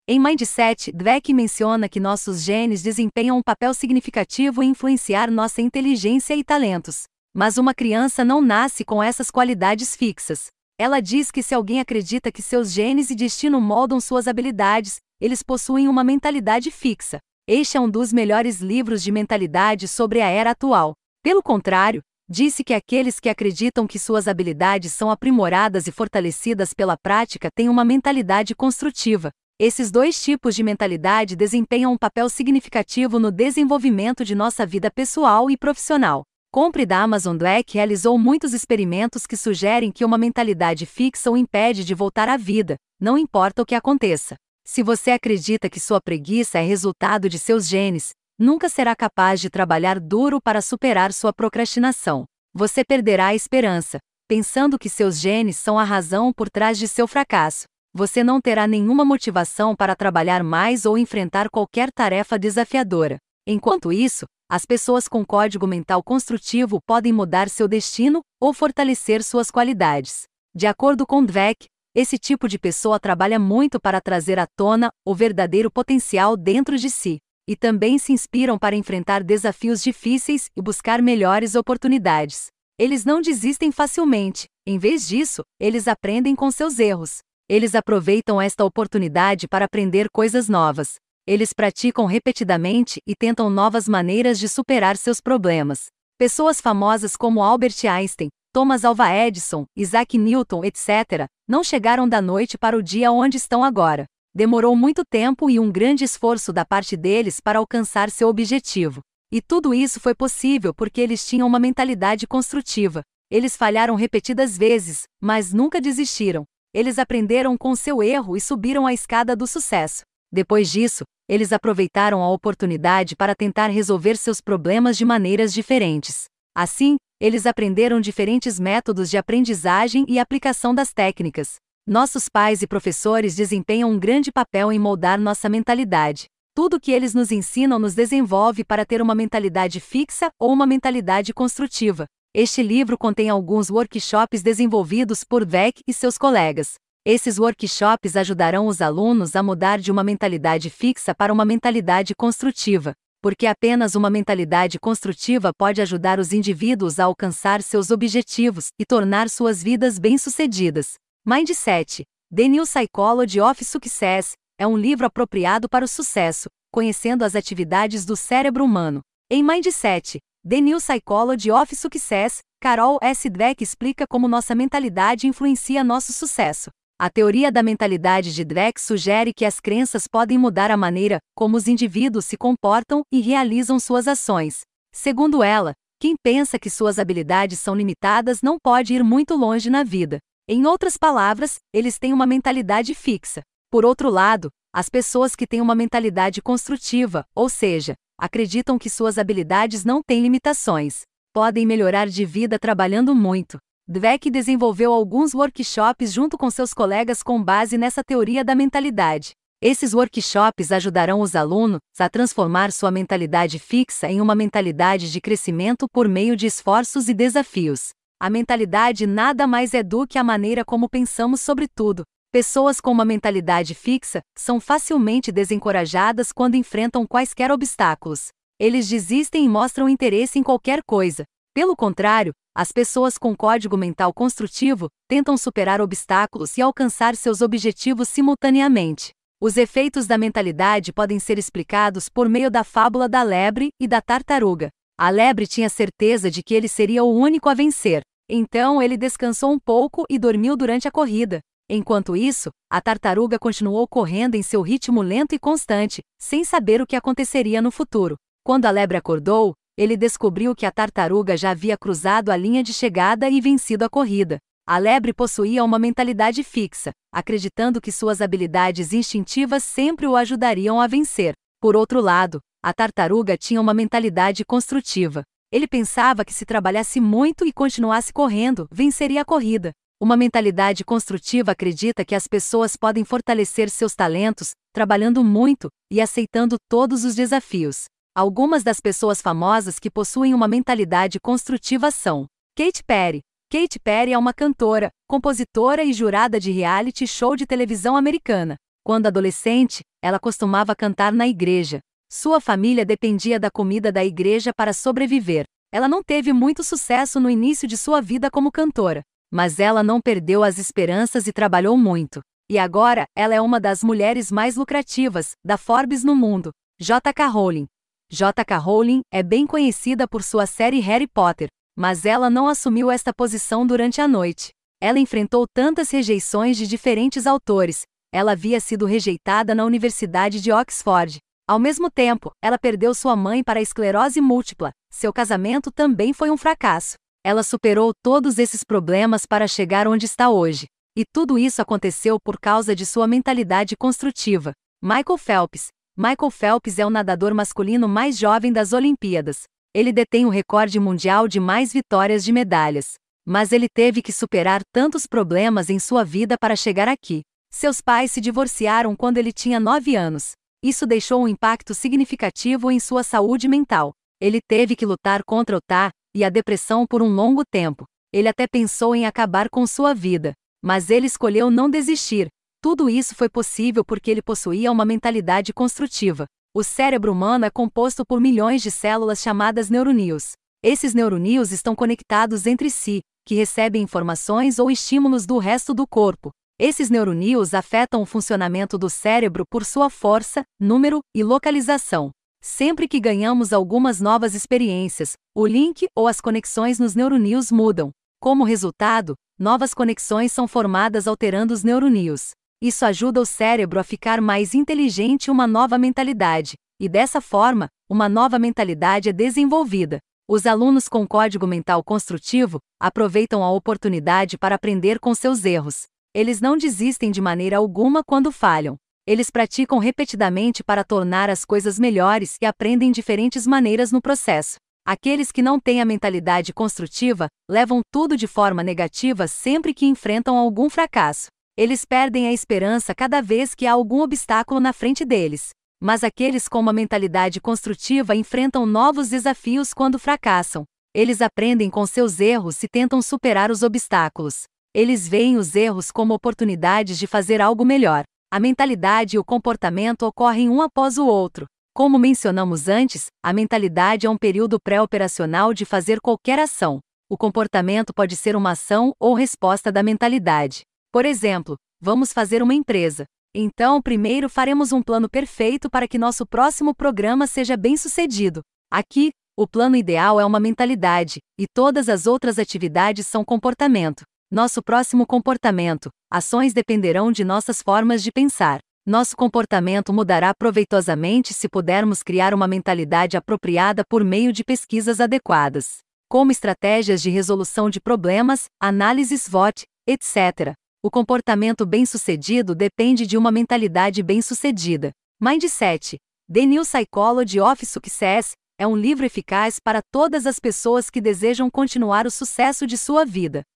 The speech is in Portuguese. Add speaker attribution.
Speaker 1: Em Mindset, Dweck menciona que nossos genes desempenham um papel significativo em influenciar nossa inteligência e talentos. Mas uma criança não nasce com essas qualidades fixas. Ela diz que se alguém acredita que seus genes e destino moldam suas habilidades, eles possuem uma mentalidade fixa. Este é um dos melhores livros de mentalidade sobre a era atual. Pelo contrário, disse que aqueles que acreditam que suas habilidades são aprimoradas e fortalecidas pela prática têm uma mentalidade construtiva. Esses dois tipos de mentalidade desempenham um papel significativo no desenvolvimento de nossa vida pessoal e profissional. Compre da Amazon. Dweck realizou muitos experimentos que sugerem que uma mentalidade fixa o impede de voltar à vida, não importa o que aconteça. Se você acredita que sua preguiça é resultado de seus genes, nunca será capaz de trabalhar duro para superar sua procrastinação. Você perderá a esperança, pensando que seus genes são a razão por trás de seu fracasso. Você não terá nenhuma motivação para trabalhar mais ou enfrentar qualquer tarefa desafiadora. Enquanto isso, as pessoas com código mental construtivo podem mudar seu destino ou fortalecer suas qualidades. De acordo com Dweck, esse tipo de pessoa trabalha muito para trazer à tona o verdadeiro potencial dentro de si, e também se inspiram para enfrentar desafios difíceis e buscar melhores oportunidades. Eles não desistem facilmente, em vez disso, eles aprendem com seus erros. Eles aproveitam esta oportunidade para aprender coisas novas. Eles praticam repetidamente e tentam novas maneiras de superar seus problemas. Pessoas famosas como Albert Einstein, Thomas Alva Edison, Isaac Newton, etc., não chegaram da noite para o dia onde estão agora. Demorou muito tempo e um grande esforço da parte deles para alcançar seu objetivo. E tudo isso foi possível porque eles tinham uma mentalidade construtiva. Eles falharam repetidas vezes, mas nunca desistiram. Eles aprenderam com seu erro e subiram a escada do sucesso. Depois disso, eles aproveitaram a oportunidade para tentar resolver seus problemas de maneiras diferentes. Assim, eles aprenderam diferentes métodos de aprendizagem e aplicação das técnicas. Nossos pais e professores desempenham um grande papel em moldar nossa mentalidade. Tudo o que eles nos ensinam nos desenvolve para ter uma mentalidade fixa ou uma mentalidade construtiva. Este livro contém alguns workshops desenvolvidos por Dweck e seus colegas. Esses workshops ajudarão os alunos a mudar de uma mentalidade fixa para uma mentalidade construtiva, porque apenas uma mentalidade construtiva pode ajudar os indivíduos a alcançar seus objetivos e tornar suas vidas bem-sucedidas. Mindset, The New Psychology of Success, é um livro apropriado para o sucesso, conhecendo as atividades do cérebro humano. Em Mindset, The New Psychology of Success, Carol S. Dweck explica como nossa mentalidade influencia nosso sucesso. A teoria da mentalidade de Dweck sugere que as crenças podem mudar a maneira como os indivíduos se comportam e realizam suas ações. Segundo ela, quem pensa que suas habilidades são limitadas não pode ir muito longe na vida. Em outras palavras, eles têm uma mentalidade fixa. Por outro lado, as pessoas que têm uma mentalidade construtiva, ou seja, acreditam que suas habilidades não têm limitações, podem melhorar de vida trabalhando muito. Dweck desenvolveu alguns workshops junto com seus colegas com base nessa teoria da mentalidade. Esses workshops ajudarão os alunos a transformar sua mentalidade fixa em uma mentalidade de crescimento por meio de esforços e desafios. A mentalidade nada mais é do que a maneira como pensamos sobre tudo. Pessoas com uma mentalidade fixa são facilmente desencorajadas quando enfrentam quaisquer obstáculos. Eles desistem e mostram interesse em qualquer coisa. Pelo contrário, as pessoas com código mental construtivo tentam superar obstáculos e alcançar seus objetivos simultaneamente. Os efeitos da mentalidade podem ser explicados por meio da fábula da lebre e da tartaruga. A lebre tinha certeza de que ele seria o único a vencer. Então ele descansou um pouco e dormiu durante a corrida. Enquanto isso, a tartaruga continuou correndo em seu ritmo lento e constante, sem saber o que aconteceria no futuro. Quando a lebre acordou, ele descobriu que a tartaruga já havia cruzado a linha de chegada e vencido a corrida. A lebre possuía uma mentalidade fixa, acreditando que suas habilidades instintivas sempre o ajudariam a vencer. Por outro lado, a tartaruga tinha uma mentalidade construtiva. Ele pensava que se trabalhasse muito e continuasse correndo, venceria a corrida. Uma mentalidade construtiva acredita que as pessoas podem fortalecer seus talentos, trabalhando muito e aceitando todos os desafios. Algumas das pessoas famosas que possuem uma mentalidade construtiva são Katy Perry. Katy Perry é uma cantora, compositora e jurada de reality show de televisão americana. Quando adolescente, ela costumava cantar na igreja. Sua família dependia da comida da igreja para sobreviver. Ela não teve muito sucesso no início de sua vida como cantora, mas ela não perdeu as esperanças e trabalhou muito. E agora, ela é uma das mulheres mais lucrativas da Forbes no mundo. J.K. Rowling. J.K. Rowling é bem conhecida por sua série Harry Potter, mas ela não assumiu esta posição durante a noite. Ela enfrentou tantas rejeições de diferentes autores. Ela havia sido rejeitada na Universidade de Oxford. Ao mesmo tempo, ela perdeu sua mãe para a esclerose múltipla. Seu casamento também foi um fracasso. Ela superou todos esses problemas para chegar onde está hoje. E tudo isso aconteceu por causa de sua mentalidade construtiva. Michael Phelps. Michael Phelps é o nadador masculino mais jovem das Olimpíadas. Ele detém o recorde mundial de mais vitórias de medalhas. Mas ele teve que superar tantos problemas em sua vida para chegar aqui. Seus pais se divorciaram quando ele tinha 9 anos. Isso deixou um impacto significativo em sua saúde mental. Ele teve que lutar contra o TDAH e a depressão por um longo tempo. Ele até pensou em acabar com sua vida. Mas ele escolheu não desistir. Tudo isso foi possível porque ele possuía uma mentalidade construtiva. O cérebro humano é composto por milhões de células chamadas neuroníons. Esses neuroníons estão conectados entre si, que recebem informações ou estímulos do resto do corpo. Esses neuroníons afetam o funcionamento do cérebro por sua força, número e localização. Sempre que ganhamos algumas novas experiências, o link ou as conexões nos neuroníons mudam. Como resultado, novas conexões são formadas alterando os neuroníons. Isso ajuda o cérebro a ficar mais inteligente e uma nova mentalidade, e dessa forma, uma nova mentalidade é desenvolvida. Os alunos com código mental construtivo aproveitam a oportunidade para aprender com seus erros. Eles não desistem de maneira alguma quando falham. Eles praticam repetidamente para tornar as coisas melhores e aprendem diferentes maneiras no processo. Aqueles que não têm a mentalidade construtiva levam tudo de forma negativa sempre que enfrentam algum fracasso. Eles perdem a esperança cada vez que há algum obstáculo na frente deles. Mas aqueles com uma mentalidade construtiva enfrentam novos desafios quando fracassam. Eles aprendem com seus erros e tentam superar os obstáculos. Eles veem os erros como oportunidades de fazer algo melhor. A mentalidade e o comportamento ocorrem um após o outro. Como mencionamos antes, a mentalidade é um período pré-operacional de fazer qualquer ação. O comportamento pode ser uma ação ou resposta da mentalidade. Por exemplo, vamos fazer uma empresa. Então, primeiro faremos um plano perfeito para que nosso próximo programa seja bem-sucedido. Aqui, o plano ideal é uma mentalidade, e todas as outras atividades são comportamento. Nosso próximo comportamento, ações dependerão de nossas formas de pensar. Nosso comportamento mudará proveitosamente se pudermos criar uma mentalidade apropriada por meio de pesquisas adequadas, como estratégias de resolução de problemas, análises SWOT, etc. O comportamento bem-sucedido depende de uma mentalidade bem-sucedida. Mindset, The New Psychology of Success, é um livro eficaz para todas as pessoas que desejam continuar o sucesso de sua vida.